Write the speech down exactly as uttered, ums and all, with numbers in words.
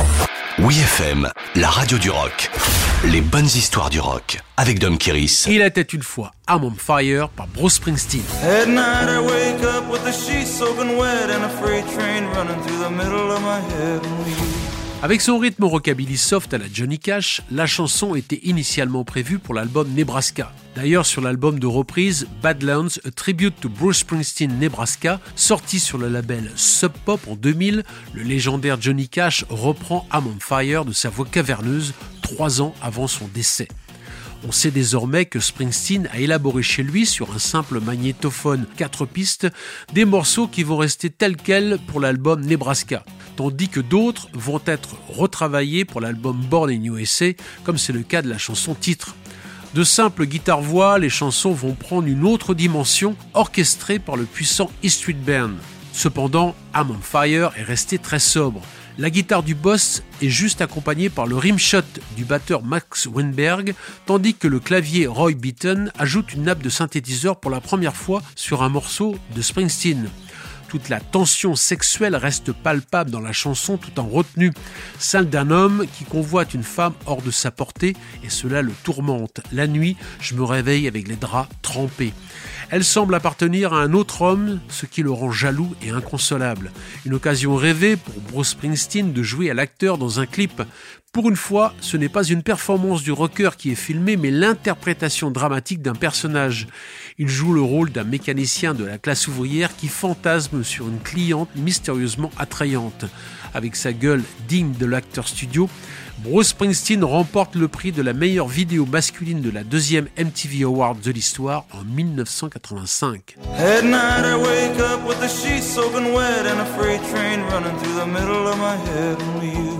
Oui F M, la radio du rock. Les bonnes histoires du rock avec Dom Kiris. Il était une fois I'm on Fire par Bruce Springsteen. At night I wake up with the sheets soaking wet and a freight train running through the middle of my head. Avec son rythme rockabilly soft à la Johnny Cash, la chanson était initialement prévue pour l'album Nebraska. D'ailleurs, sur l'album de reprise Badlands, A Tribute to Bruce Springsteen Nebraska, sorti sur le label Sub Pop en deux mille, le légendaire Johnny Cash reprend I'm on Fire de sa voix caverneuse trois ans avant son décès. On sait désormais que Springsteen a élaboré chez lui, sur un simple magnétophone quatre pistes, des morceaux qui vont rester tels quels pour l'album Nebraska, tandis que d'autres vont être retravaillés pour l'album Born in U S A, comme c'est le cas de la chanson titre. De simples guitare-voix, les chansons vont prendre une autre dimension, orchestrée par le puissant E Street Band. Cependant, I'm on Fire est resté très sobre. La guitare du boss est juste accompagnée par le rimshot du batteur Max Weinberg, tandis que le clavier Roy Bittan ajoute une nappe de synthétiseur pour la première fois sur un morceau de Springsteen. Toute la tension sexuelle reste palpable dans la chanson tout en retenue, celle d'un homme qui convoite une femme hors de sa portée et cela le tourmente. La nuit, je me réveille avec les draps trempés. Elle semble appartenir à un autre homme, ce qui le rend jaloux et inconsolable. Une occasion rêvée pour Bruce Springsteen de jouer à l'acteur dans un clip. Pour une fois, ce n'est pas une performance du rocker qui est filmée, mais l'interprétation dramatique d'un personnage. Il joue le rôle d'un mécanicien de la classe ouvrière qui fantasme sur une cliente mystérieusement attrayante. Avec sa gueule digne de l'acteur studio, Bruce Springsteen remporte le prix de la meilleure vidéo masculine de la deuxième M T V Awards de l'histoire en dix-neuf cent quatre-vingt-cinq. At night I wake up with the sheets soaking wet and a freight train running through the middle of my head.